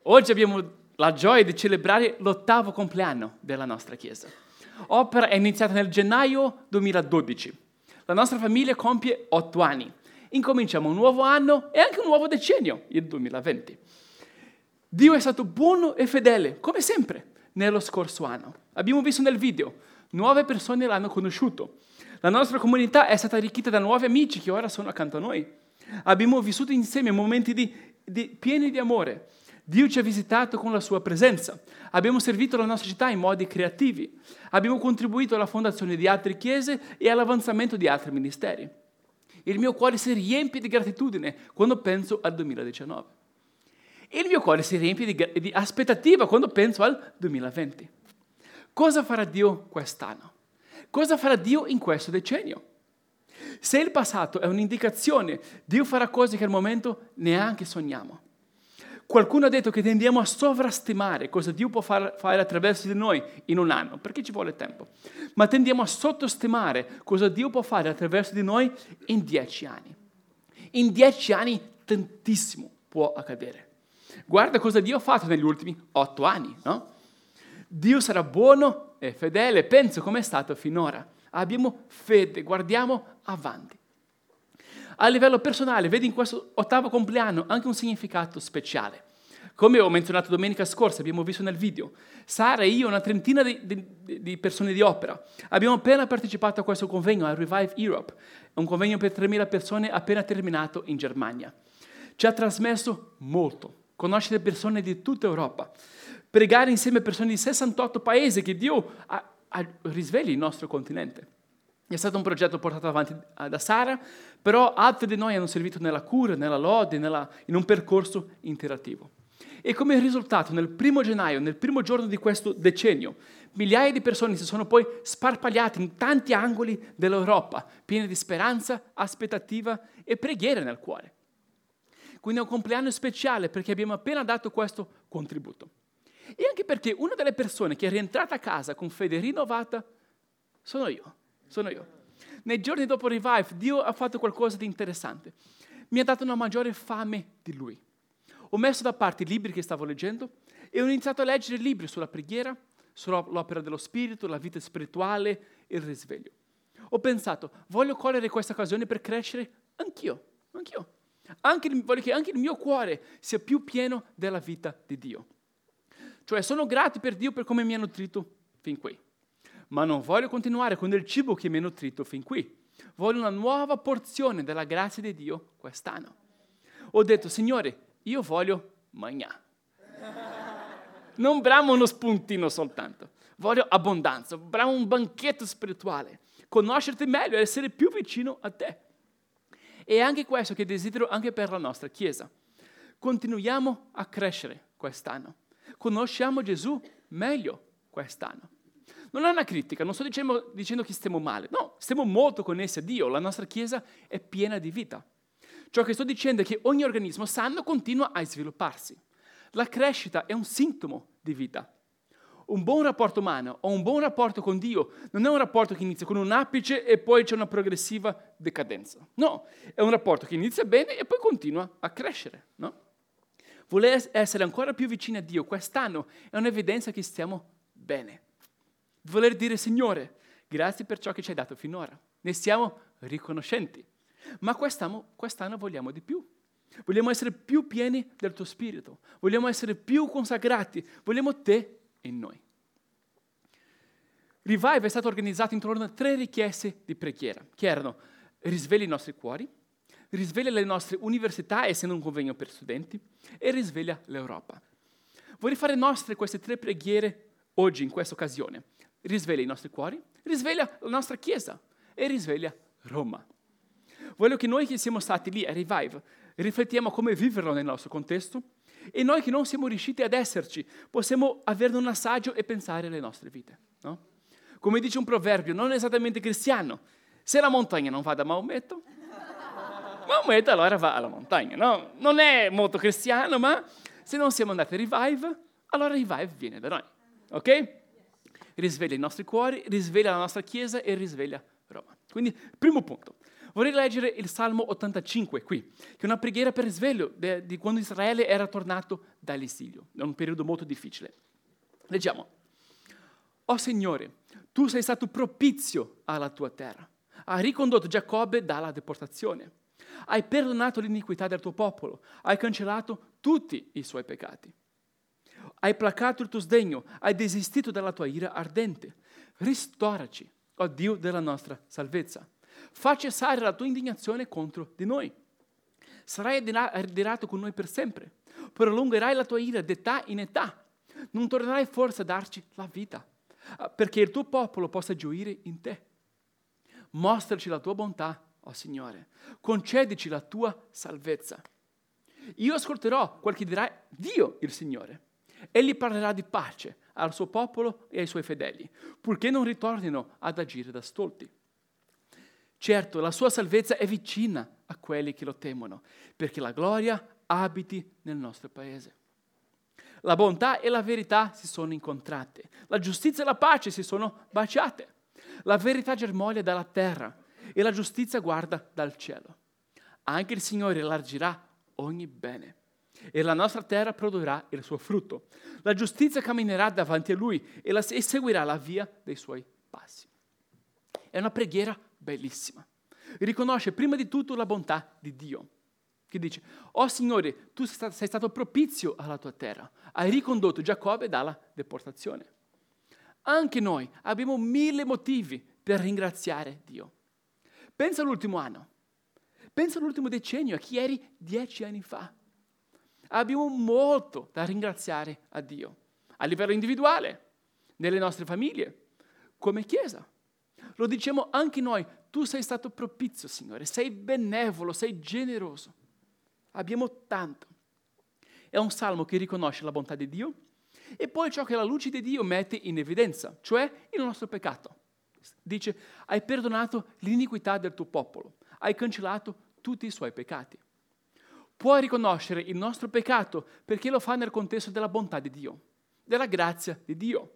Oggi abbiamo la gioia di celebrare l'8° compleanno della nostra Chiesa. Opera è iniziata nel gennaio 2012. La nostra famiglia compie 8 anni. Incominciamo un nuovo anno e anche un nuovo decennio, il 2020. Dio è stato buono e fedele, come sempre, nello scorso anno. Abbiamo visto nel video, 9 persone l'hanno conosciuto. La nostra comunità è stata arricchita da nuovi amici che ora sono accanto a noi. Abbiamo vissuto insieme momenti pieni di amore. Dio ci ha visitato con la sua presenza. Abbiamo servito la nostra città in modi creativi. Abbiamo contribuito alla fondazione di altre chiese e all'avanzamento di altri ministeri. Il mio cuore si riempie di gratitudine quando penso al 2019. Il mio cuore si riempie di aspettativa quando penso al 2020. Cosa farà Dio quest'anno? Cosa farà Dio in questo decennio? Se il passato è un'indicazione, Dio farà cose che al momento neanche sogniamo. Qualcuno ha detto che tendiamo a sovrastimare cosa Dio può fare attraverso di noi in un anno, perché ci vuole tempo. Ma tendiamo a sottostimare cosa Dio può fare attraverso di noi in 10 anni. In 10 anni tantissimo può accadere. Guarda cosa Dio ha fatto negli ultimi 8 anni, no? Dio sarà buono e fedele, penso come è stato finora. Abbiamo fede, guardiamo avanti. A livello personale, vedi in questo 8° compleanno anche un significato speciale. Come ho menzionato domenica scorsa, abbiamo visto nel video, Sara e io, una trentina di persone di opera, abbiamo appena partecipato a questo convegno, al Revive Europe, un convegno per 3.000 persone appena terminato in Germania. Ci ha trasmesso molto, conoscere persone di tutta Europa, pregare insieme a persone di 68 paesi che Dio risvegli il nostro continente. È stato un progetto portato avanti da Sara, però altri di noi hanno servito nella cura, nella lode, in un percorso interattivo. E come risultato, nel 1° gennaio, nel primo giorno di questo decennio, migliaia di persone si sono poi sparpagliate in tanti angoli dell'Europa, piene di speranza, aspettativa e preghiera nel cuore. Quindi è un compleanno speciale perché abbiamo appena dato questo contributo. E anche perché una delle persone che è rientrata a casa con fede rinnovata sono io. Nei giorni dopo Revive, Dio ha fatto qualcosa di interessante. Mi ha dato una maggiore fame di Lui. Ho messo da parte i libri che stavo leggendo e ho iniziato a leggere libri sulla preghiera, sull'opera dello Spirito, la vita spirituale e il risveglio. Ho pensato, voglio cogliere questa occasione per crescere anch'io. Voglio che anche il mio cuore sia più pieno della vita di Dio. Cioè, sono grato per Dio per come mi ha nutrito fin qui. Ma non voglio continuare con il cibo che mi ha nutrito fin qui. Voglio una nuova porzione della grazia di Dio quest'anno. Ho detto, Signore, io voglio mangiare. Non bramo uno spuntino soltanto. Voglio abbondanza, bramo un banchetto spirituale. Conoscerti meglio e essere più vicino a te. E è anche questo che desidero anche per la nostra Chiesa. Continuiamo a crescere quest'anno. Conosciamo Gesù meglio quest'anno. Non è una critica, non sto dicendo che stiamo male. No, stiamo molto connessi a Dio. La nostra Chiesa è piena di vita. Ciò che sto dicendo è che ogni organismo sano continua a svilupparsi. La crescita è un sintomo di vita. Un buon rapporto umano o un buon rapporto con Dio non è un rapporto che inizia con un apice e poi c'è una progressiva decadenza. No, è un rapporto che inizia bene e poi continua a crescere. No? Voler essere ancora più vicini a Dio quest'anno è un'evidenza che stiamo bene. Voler dire, Signore, grazie per ciò che ci hai dato finora. Ne siamo riconoscenti. Ma quest'anno vogliamo di più. Vogliamo essere più pieni del tuo Spirito. Vogliamo essere più consacrati. Vogliamo te in noi. Revive è stato organizzato intorno a 3 richieste di preghiera, che erano risveglia i nostri cuori, risveglia le nostre università, essendo un convegno per studenti, e risveglia l'Europa. Vorrei fare nostre queste 3 preghiere oggi, in questa occasione. Risveglia i nostri cuori, risveglia la nostra Chiesa e risveglia Roma. Voglio che noi che siamo stati lì a Revive riflettiamo come viverlo nel nostro contesto e noi che non siamo riusciti ad esserci possiamo averne un assaggio e pensare alle nostre vite. No? Come dice un proverbio, non esattamente cristiano, se la montagna non va da Maometto, Maometto allora va alla montagna. No? Non è molto cristiano, ma se non siamo andati a Revive, allora Revive viene da noi. Ok? Risveglia i nostri cuori, risveglia la nostra Chiesa e risveglia Roma. Quindi, primo punto. Vorrei leggere il Salmo 85 qui, che è una preghiera per risveglio di quando Israele era tornato dall'esilio. È un periodo molto difficile. Leggiamo. O Signore, tu sei stato propizio alla tua terra. Hai ricondotto Giacobbe dalla deportazione. Hai perdonato l'iniquità del tuo popolo. Hai cancellato tutti i suoi peccati. Hai placato il tuo sdegno. Hai desistito dalla tua ira ardente. Ristoraci, o Dio della nostra salvezza. Fa cessare la tua indignazione contro di noi. Sarai addirato con noi per sempre. Prolungherai la tua ira d'età in età. Non tornerai forse a darci la vita, perché il tuo popolo possa gioire in te. Mostraci la tua bontà, o Signore. Concedici la tua salvezza. Io ascolterò quel che dirà Dio il Signore. Egli parlerà di pace al suo popolo e ai suoi fedeli, purché non ritornino ad agire da stolti. Certo, la sua salvezza è vicina a quelli che lo temono, perché la gloria abiti nel nostro paese. La bontà e la verità si sono incontrate, la giustizia e la pace si sono baciate. La verità germoglia dalla terra e la giustizia guarda dal cielo. Anche il Signore elargirà ogni bene e la nostra terra produrrà il suo frutto. La giustizia camminerà davanti a Lui e seguirà la via dei suoi passi. È una preghiera bellissima. Riconosce prima di tutto la bontà di Dio, che dice, oh Signore, tu sei stato propizio alla tua terra, hai ricondotto Giacobbe dalla deportazione. Anche noi abbiamo 1000 motivi per ringraziare Dio. Pensa all'ultimo anno, pensa all'ultimo decennio, a chi eri 10 anni fa. Abbiamo molto da ringraziare a Dio, a livello individuale, nelle nostre famiglie, come Chiesa. Lo diciamo anche noi, tu sei stato propizio, Signore, sei benevolo, sei generoso. Abbiamo tanto. È un salmo che riconosce la bontà di Dio e poi ciò che la luce di Dio mette in evidenza, cioè il nostro peccato. Dice, hai perdonato l'iniquità del tuo popolo, hai cancellato tutti i suoi peccati. Può riconoscere il nostro peccato perché lo fa nel contesto della bontà di Dio, della grazia di Dio.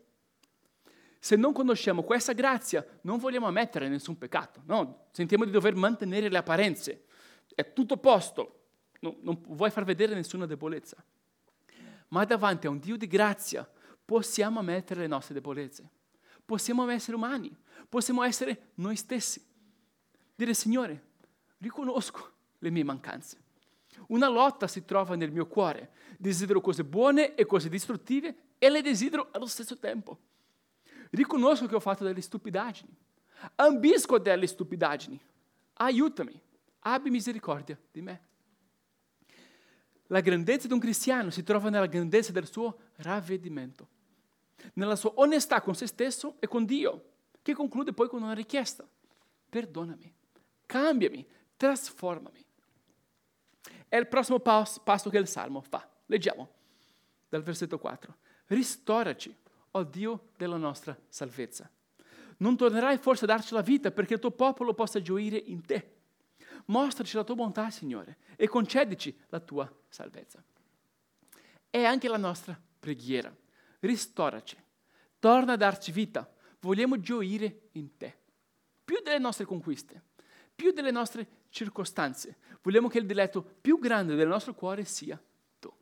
Se non conosciamo questa grazia, non vogliamo ammettere nessun peccato, no? Sentiamo di dover mantenere le apparenze. È tutto a posto, non vuoi far vedere nessuna debolezza. Ma davanti a un Dio di grazia possiamo ammettere le nostre debolezze. Possiamo essere umani, possiamo essere noi stessi. Dire, Signore, riconosco le mie mancanze. Una lotta si trova nel mio cuore. Desidero cose buone e cose distruttive e le desidero allo stesso tempo. Riconosco che ho fatto delle stupidaggini. Ambisco delle stupidaggini. Aiutami. Abbi misericordia di me. La grandezza di un cristiano si trova nella grandezza del suo ravvedimento, nella sua onestà con se stesso e con Dio, che conclude poi con una richiesta. Perdonami, cambiami, trasformami. È il prossimo passo che il Salmo fa. Leggiamo dal versetto 4. Ristoraci, o Dio della nostra salvezza. Non tornerai forse a darci la vita perché il tuo popolo possa gioire in te. Mostraci la tua bontà, Signore, e concedici la tua salvezza. È anche la nostra preghiera. Ristoraci, torna a darci vita. Vogliamo gioire in te. Più delle nostre conquiste, più delle nostre circostanze. Vogliamo che il diletto più grande del nostro cuore sia tu.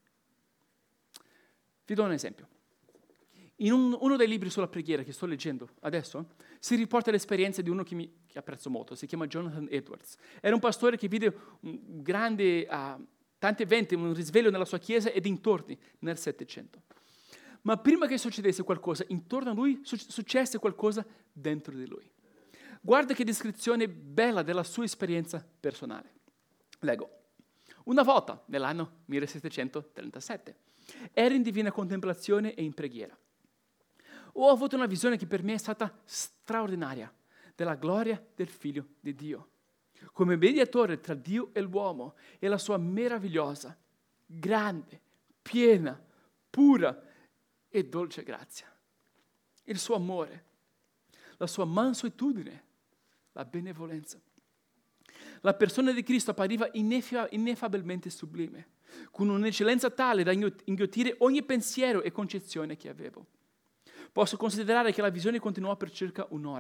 Vi do un esempio. In uno dei libri sulla preghiera che sto leggendo adesso, si riporta l'esperienza di uno che apprezzo molto, si chiama Jonathan Edwards. Era un pastore che vide un grande, tanti eventi, un risveglio nella sua chiesa e dintorni nel Settecento. Ma prima che succedesse qualcosa intorno a lui, successe qualcosa dentro di lui. Guarda che descrizione bella della sua esperienza personale. Leggo. Una volta, nell'anno 1737, ero in divina contemplazione e in preghiera. Ho avuto una visione che per me è stata straordinaria, della gloria del Figlio di Dio, come mediatore tra Dio e l'uomo e la sua meravigliosa, grande, piena, pura e dolce grazia. Il suo amore, la sua mansuetudine, la benevolenza. La persona di Cristo appariva ineffabilmente sublime, con un'eccellenza tale da inghiottire ogni pensiero e concezione che avevo. Posso considerare che la visione continuò per circa un'ora.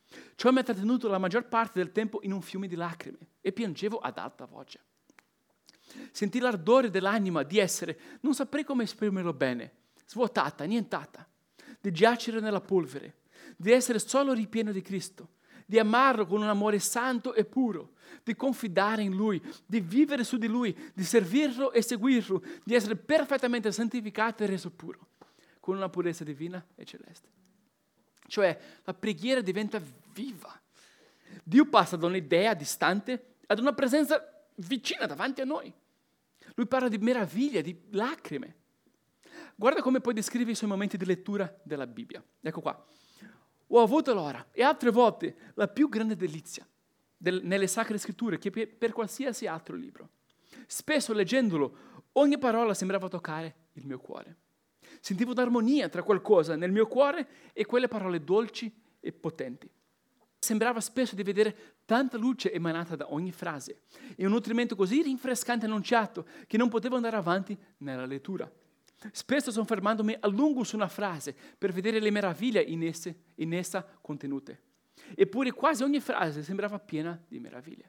Ciò mi ha trattenuto la maggior parte del tempo in un fiume di lacrime e piangevo ad alta voce. Sentì l'ardore dell'anima di essere, non saprei come esprimerlo bene, svuotata, annientata, di giacere nella polvere, di essere solo ripieno di Cristo, di amarlo con un amore santo e puro, di confidare in Lui, di vivere su di Lui, di servirlo e seguirlo, di essere perfettamente santificato e reso puro, con una purezza divina e celeste. Cioè, la preghiera diventa viva. Dio passa da un'idea distante ad una presenza vicina davanti a noi. Lui parla di meraviglia, di lacrime. Guarda come poi descrive i suoi momenti di lettura della Bibbia. Ecco qua. Ho avuto l'ora e altre volte la più grande delizia nelle sacre scritture che per qualsiasi altro libro. Spesso leggendolo, ogni parola sembrava toccare il mio cuore. Sentivo un'armonia tra qualcosa nel mio cuore e quelle parole dolci e potenti. Sembrava spesso di vedere tanta luce emanata da ogni frase e un nutrimento così rinfrescante annunciato che non potevo andare avanti nella lettura. Spesso soffermandomi a lungo su una frase per vedere le meraviglie in essa contenute. Eppure quasi ogni frase sembrava piena di meraviglie.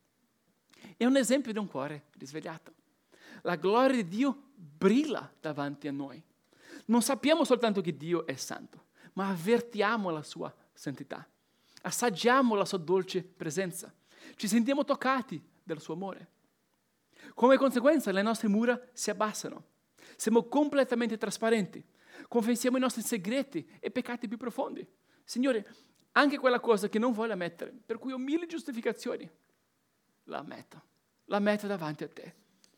È un esempio di un cuore risvegliato. La gloria di Dio brilla davanti a noi. Non sappiamo soltanto che Dio è santo, ma avvertiamo la sua santità. Assaggiamo la sua dolce presenza. Ci sentiamo toccati dal suo amore. Come conseguenza le nostre mura si abbassano. Siamo completamente trasparenti. Confessiamo i nostri segreti e peccati più profondi. Signore, anche quella cosa che non voglio ammettere, per cui ho 1000 giustificazioni, la ammetto davanti a te.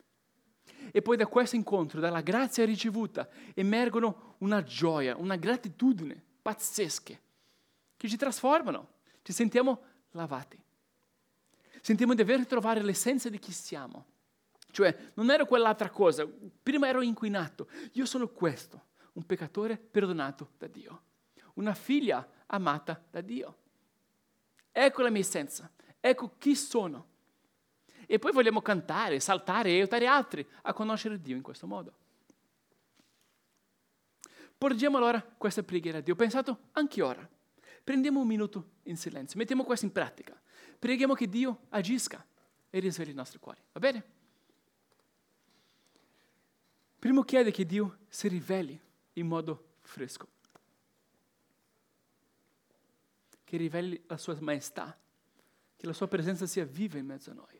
E poi da questo incontro, dalla grazia ricevuta, emergono una gioia, una gratitudine pazzesche che ci trasformano. Ci sentiamo lavati. Sentiamo di aver trovato l'essenza di chi siamo. Cioè, non ero quell'altra cosa. Prima ero inquinato. Io sono questo, un peccatore perdonato da Dio. Una figlia amata da Dio. Ecco la mia essenza. Ecco chi sono. E poi vogliamo cantare, saltare e aiutare altri a conoscere Dio in questo modo. Porgiamo allora questa preghiera a Dio. Ho pensato anche ora. Prendiamo un minuto in silenzio, mettiamo questo in pratica. Preghiamo che Dio agisca e risvegli i nostri cuori. Va bene? Primo chiede che Dio si riveli in modo fresco. Che riveli la sua maestà, che la sua presenza sia viva in mezzo a noi.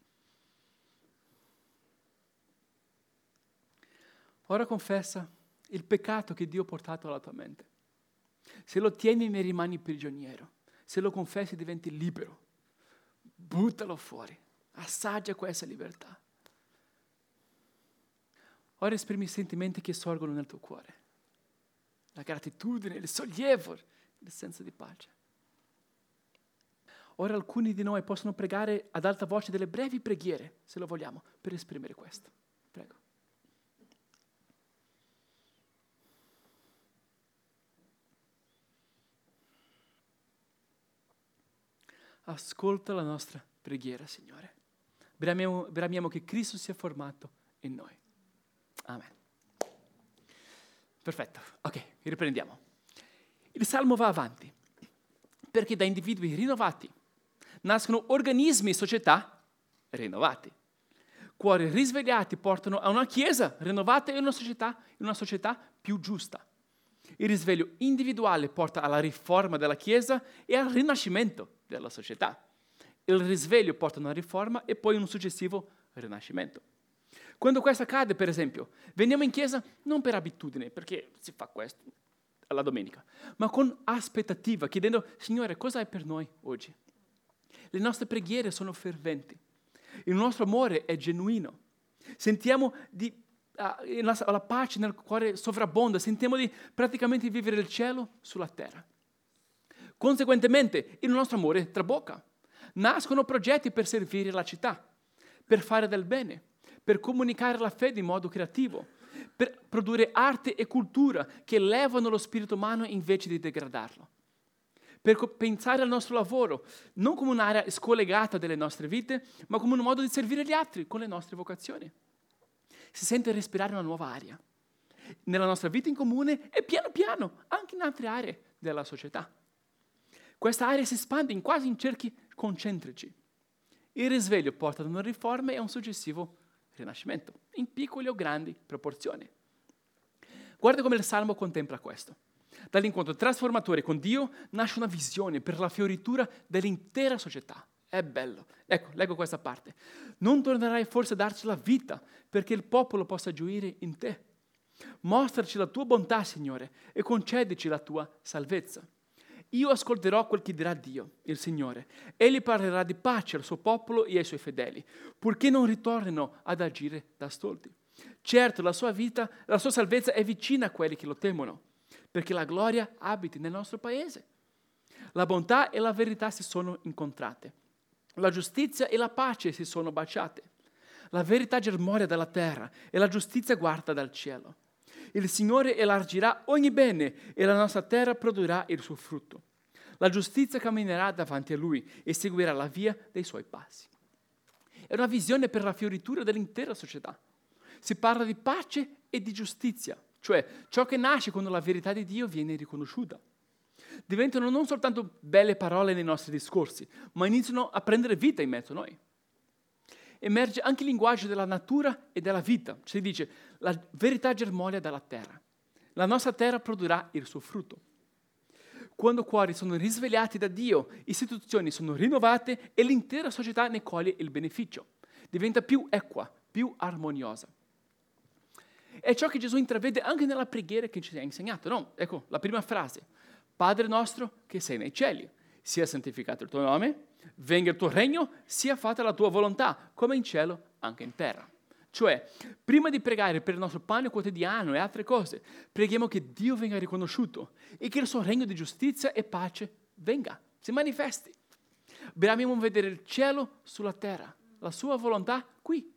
Ora confessa il peccato che Dio ha portato alla tua mente. Se lo tieni ne rimani prigioniero. Se lo confessi diventi libero. Buttalo fuori. Assaggia questa libertà. Ora esprimi i sentimenti che sorgono nel tuo cuore. La gratitudine, il sollievo, il senso di pace. Ora alcuni di noi possono pregare ad alta voce delle brevi preghiere, se lo vogliamo, per esprimere questo. Prego. Ascolta la nostra preghiera, Signore. Bramiamo che Cristo sia formato in noi. Amen. Perfetto. Ok, riprendiamo. Il Salmo va avanti, perché da individui rinnovati nascono organismi e società rinnovati. Cuori risvegliati portano a una Chiesa rinnovata e una società più giusta. Il risveglio individuale porta alla riforma della Chiesa e al rinascimento della società. Il risveglio porta a una riforma e poi un successivo rinascimento. Quando questo accade, per esempio, veniamo in chiesa non per abitudine, perché si fa questo alla domenica, ma con aspettativa, chiedendo, Signore, cosa hai per noi oggi? Le nostre preghiere sono ferventi. Il nostro amore è genuino. Sentiamo la pace nel cuore sovrabbonda, sentiamo di praticamente vivere il cielo sulla terra. Conseguentemente, il nostro amore trabocca. Nascono progetti per servire la città, per fare del bene, per comunicare la fede in modo creativo, per produrre arte e cultura che elevano lo spirito umano invece di degradarlo. Per pensare al nostro lavoro non come un'area scollegata delle nostre vite, ma come un modo di servire gli altri con le nostre vocazioni. Si sente respirare una nuova aria nella nostra vita in comune e piano piano anche in altre aree della società. Questa area si espande quasi in cerchi concentrici. Il risveglio porta ad una riforma e a un successivo rinascimento, in piccole o grandi proporzioni. Guarda come il Salmo contempla questo. Dall'incontro trasformatore con Dio nasce una visione per la fioritura dell'intera società. È bello. Ecco, leggo questa parte. Non tornerai forse a darci la vita perché il popolo possa gioire in te. Mostraci la tua bontà, Signore, e concedici la tua salvezza. Io ascolterò quel che dirà Dio, il Signore. Egli parlerà di pace al suo popolo e ai suoi fedeli, purché non ritornino ad agire da stolti. Certo, la sua salvezza è vicina a quelli che lo temono, perché la gloria abiti nel nostro paese. La bontà e la verità si sono incontrate. La giustizia e la pace si sono baciate. La verità germoglia dalla terra e la giustizia guarda dal cielo. Il Signore elargirà ogni bene e la nostra terra produrrà il suo frutto. La giustizia camminerà davanti a Lui e seguirà la via dei suoi passi. È una visione per la fioritura dell'intera società. Si parla di pace e di giustizia, cioè ciò che nasce quando la verità di Dio viene riconosciuta. Diventano non soltanto belle parole nei nostri discorsi, ma iniziano a prendere vita in mezzo a noi. Emerge anche il linguaggio della natura e della vita. Si dice, la verità germoglia dalla terra. La nostra terra produrrà il suo frutto. Quando cuori sono risvegliati da Dio, istituzioni sono rinnovate e l'intera società ne coglie il beneficio. Diventa più equa, più armoniosa. È ciò che Gesù intravede anche nella preghiera che ci ha insegnato, no? Ecco, la prima frase. Padre nostro che sei nei cieli, sia santificato il tuo nome, venga il tuo regno, sia fatta la tua volontà, come in cielo, anche in terra. Cioè, prima di pregare per il nostro pane quotidiano e altre cose, preghiamo che Dio venga riconosciuto e che il suo regno di giustizia e pace venga, si manifesti. Bramiamo vedere il cielo sulla terra, la sua volontà qui.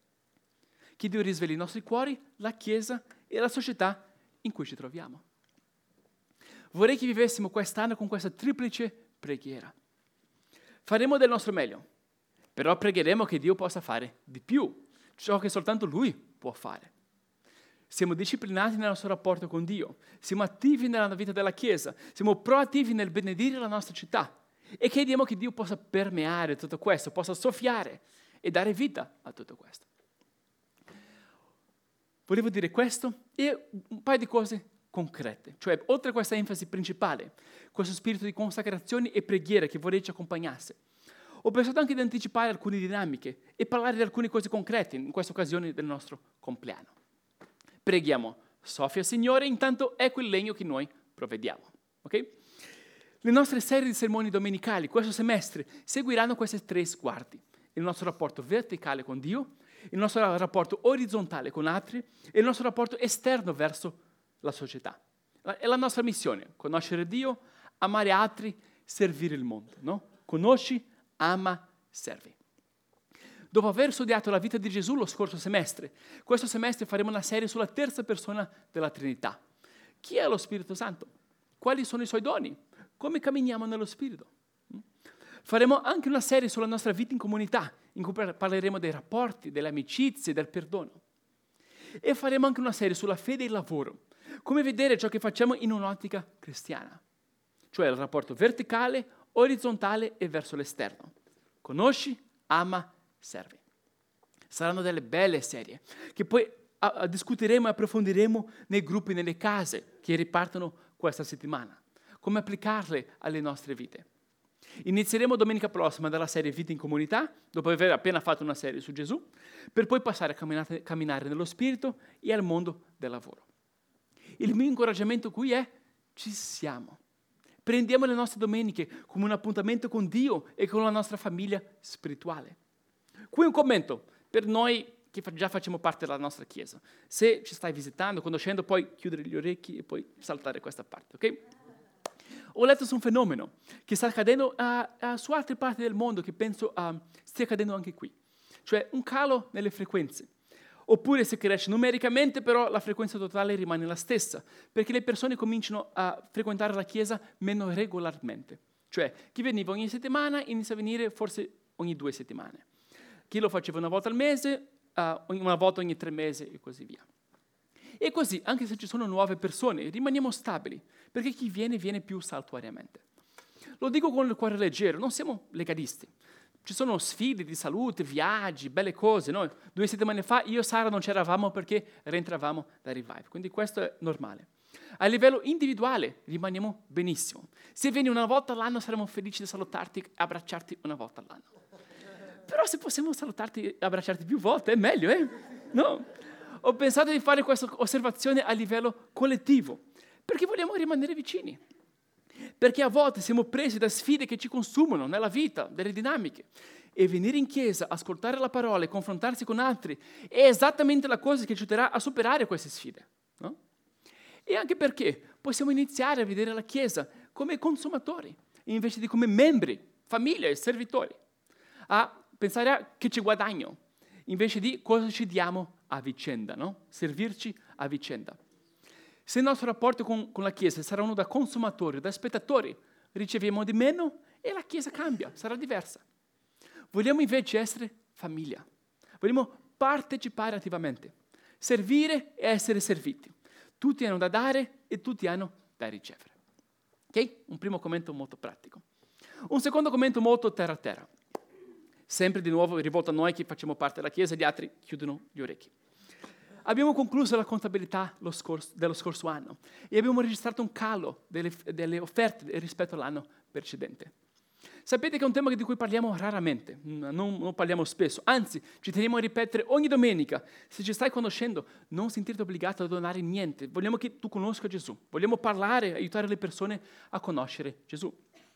Che Dio risvegli i nostri cuori, la Chiesa e la società in cui ci troviamo. Vorrei che vivessimo quest'anno con questa triplice preghiera. Faremo del nostro meglio, però pregheremo che Dio possa fare di più, ciò che soltanto Lui può fare. Siamo disciplinati nel nostro rapporto con Dio, siamo attivi nella vita della Chiesa, siamo proattivi nel benedire la nostra città e chiediamo che Dio possa permeare tutto questo, possa soffiare e dare vita a tutto questo. Volevo dire questo e un paio di cose concrete, cioè oltre a questa enfasi principale, questo spirito di consacrazione e preghiera che vorrei ci accompagnasse, ho pensato anche di anticipare alcune dinamiche e parlare di alcune cose concrete in questa occasione del nostro compleanno. Preghiamo, soffia Signore, intanto ecco il legno che noi provvediamo. Ok? Le nostre serie di sermoni domenicali questo semestre seguiranno questi tre sguardi: il nostro rapporto verticale con Dio, il nostro rapporto orizzontale con altri e il nostro rapporto esterno verso la società. È la nostra missione, conoscere Dio, amare altri, servire il mondo. No? Conosci, ama, servi. Dopo aver studiato la vita di Gesù lo scorso semestre, questo semestre faremo una serie sulla terza persona della Trinità. Chi è lo Spirito Santo? Quali sono i suoi doni? Come camminiamo nello Spirito? Faremo anche una serie sulla nostra vita in comunità, in cui parleremo dei rapporti, delle amicizie, del perdono. E faremo anche una serie sulla fede e il lavoro, come vedere ciò che facciamo in un'ottica cristiana, cioè il rapporto verticale, orizzontale e verso l'esterno. Conosci, ama, servi. Saranno delle belle serie che poi discuteremo e approfondiremo nei gruppi, nelle case che ripartono questa settimana, come applicarle alle nostre vite. Inizieremo domenica prossima dalla serie Vita in Comunità, dopo aver appena fatto una serie su Gesù, per poi passare a camminare nello Spirito e al mondo del lavoro. Il mio incoraggiamento qui è: ci siamo. Prendiamo le nostre domeniche come un appuntamento con Dio e con la nostra famiglia spirituale. Qui un commento per noi che già facciamo parte della nostra Chiesa. Se ci stai visitando, conoscendo, puoi chiudere gli orecchi e poi saltare questa parte, ok? Ho letto su un fenomeno che sta accadendo su altre parti del mondo, che penso stia accadendo anche qui. Cioè un calo nelle frequenze. Oppure si cresce numericamente, però la frequenza totale rimane la stessa, perché le persone cominciano a frequentare la Chiesa meno regolarmente. Cioè chi veniva ogni settimana inizia a venire forse ogni 2 settimane. Chi lo faceva una volta al mese, una volta ogni 3 mesi e così via. E così, anche se ci sono nuove persone, rimaniamo stabili, perché chi viene, viene più saltuariamente. Lo dico con il cuore leggero, non siamo legalisti. Ci sono sfide di salute, viaggi, belle cose. No? 2 settimane fa io e Sara non c'eravamo perché rientravamo da Revive, quindi questo è normale. A livello individuale rimaniamo benissimo. Se vieni una volta all'anno saremo felici di salutarti e abbracciarti una volta all'anno. Però se possiamo salutarti e abbracciarti più volte è meglio, No? Ho pensato di fare questa osservazione a livello collettivo, perché vogliamo rimanere vicini. Perché a volte siamo presi da sfide che ci consumano nella vita, delle dinamiche. E venire in chiesa, ascoltare la parola e confrontarsi con altri è esattamente la cosa che ci aiuterà a superare queste sfide. No? E anche perché possiamo iniziare a vedere la chiesa come consumatori, invece di come membri, famiglia e servitori. A pensare a che ci guadagno, invece di cosa ci diamo a vicenda, no? Servirci a vicenda. Se il nostro rapporto con la Chiesa sarà uno da consumatori, da spettatori, riceviamo di meno e la Chiesa cambia, sarà diversa. Vogliamo invece essere famiglia. Vogliamo partecipare attivamente, servire e essere serviti. Tutti hanno da dare e tutti hanno da ricevere. Ok? Un primo commento molto pratico. Un secondo commento molto terra a terra. Sempre di nuovo rivolto a noi che facciamo parte della Chiesa, gli altri chiudono gli orecchi. Abbiamo concluso la contabilità dello scorso anno e abbiamo registrato un calo delle offerte rispetto all'anno precedente. Sapete che è un tema di cui parliamo raramente, non parliamo spesso, anzi ci teniamo a ripetere ogni domenica. Se ci stai conoscendo, non sentirti obbligato a donare niente. Vogliamo che tu conosca Gesù, vogliamo parlare, aiutare le persone a conoscere Gesù.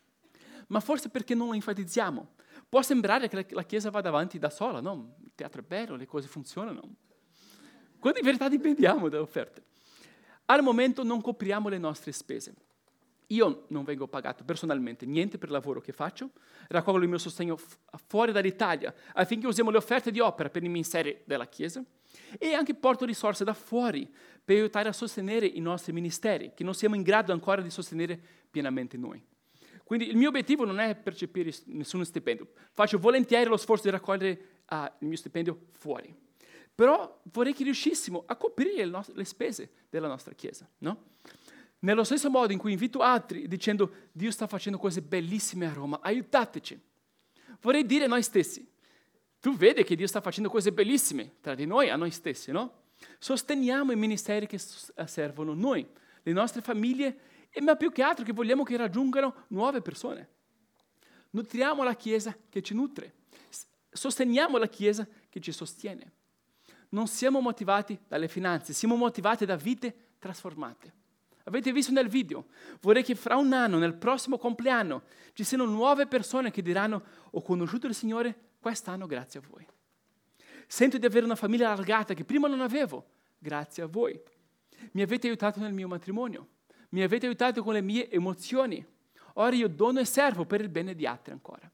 Ma forse perché non lo enfatizziamo? Può sembrare che la Chiesa vada avanti da sola, no? Il teatro è bello, le cose funzionano. Quando in verità dipendiamo dalle offerte. Al momento non copriamo le nostre spese. Io non vengo pagato personalmente niente per il lavoro che faccio, raccolgo il mio sostegno fuori dall'Italia affinché usiamo le offerte di opera per i ministeri della Chiesa e anche porto risorse da fuori per aiutare a sostenere i nostri ministeri, che non siamo in grado ancora di sostenere pienamente noi. Quindi il mio obiettivo non è percepire nessuno stipendio. Faccio volentieri lo sforzo di raccogliere il mio stipendio fuori. Però vorrei che riuscissimo a coprire le spese della nostra Chiesa, no? Nello stesso modo in cui invito altri dicendo Dio sta facendo cose bellissime a Roma, aiutateci. Vorrei dire a noi stessi, tu vedi che Dio sta facendo cose bellissime tra di noi, a noi stessi, no? Sosteniamo i ministeri che servono noi, le nostre famiglie, ma più che altro che vogliamo che raggiungano nuove persone. Nutriamo la Chiesa che ci nutre, sosteniamo la Chiesa che ci sostiene. Non siamo motivati dalle finanze, siamo motivati da vite trasformate. Avete visto nel video? Vorrei che fra un anno, nel prossimo compleanno, ci siano nuove persone che diranno ho conosciuto il Signore quest'anno grazie a voi. Sento di avere una famiglia allargata che prima non avevo, grazie a voi. Mi avete aiutato nel mio matrimonio, mi avete aiutato con le mie emozioni. Ora io dono e servo per il bene di altri ancora.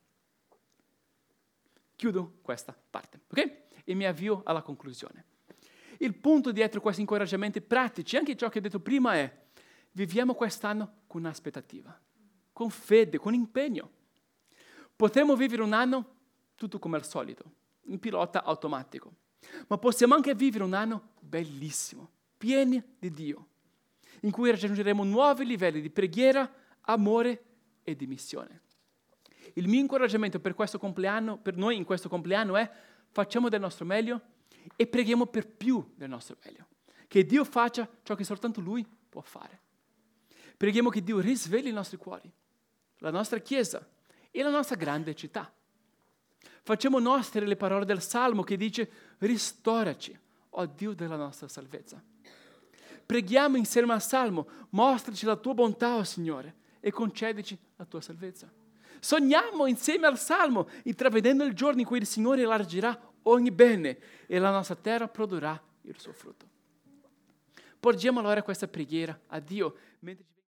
Chiudo questa parte, ok? E mi avvio alla conclusione. Il punto dietro questi incoraggiamenti pratici, anche ciò che ho detto prima è, viviamo quest'anno con aspettativa, con fede, con impegno. Potremmo vivere un anno tutto come al solito, in pilota automatico, ma possiamo anche vivere un anno bellissimo, pieno di Dio, in cui raggiungeremo nuovi livelli di preghiera, amore e di missione. Il mio incoraggiamento per questo compleanno, per noi in questo compleanno è facciamo del nostro meglio e preghiamo per più del nostro meglio. Che Dio faccia ciò che soltanto Lui può fare. Preghiamo che Dio risvegli i nostri cuori, la nostra Chiesa e la nostra grande città. Facciamo nostre le parole del Salmo che dice ristoraci, o Dio della nostra salvezza. Preghiamo insieme al Salmo, mostraci la tua bontà, o Signore, e concedici la tua salvezza. Sogniamo insieme al Salmo, intravedendo il giorno in cui il Signore elargirà ogni bene e la nostra terra produrrà il suo frutto. Porgiamo allora questa preghiera a Dio mentre ci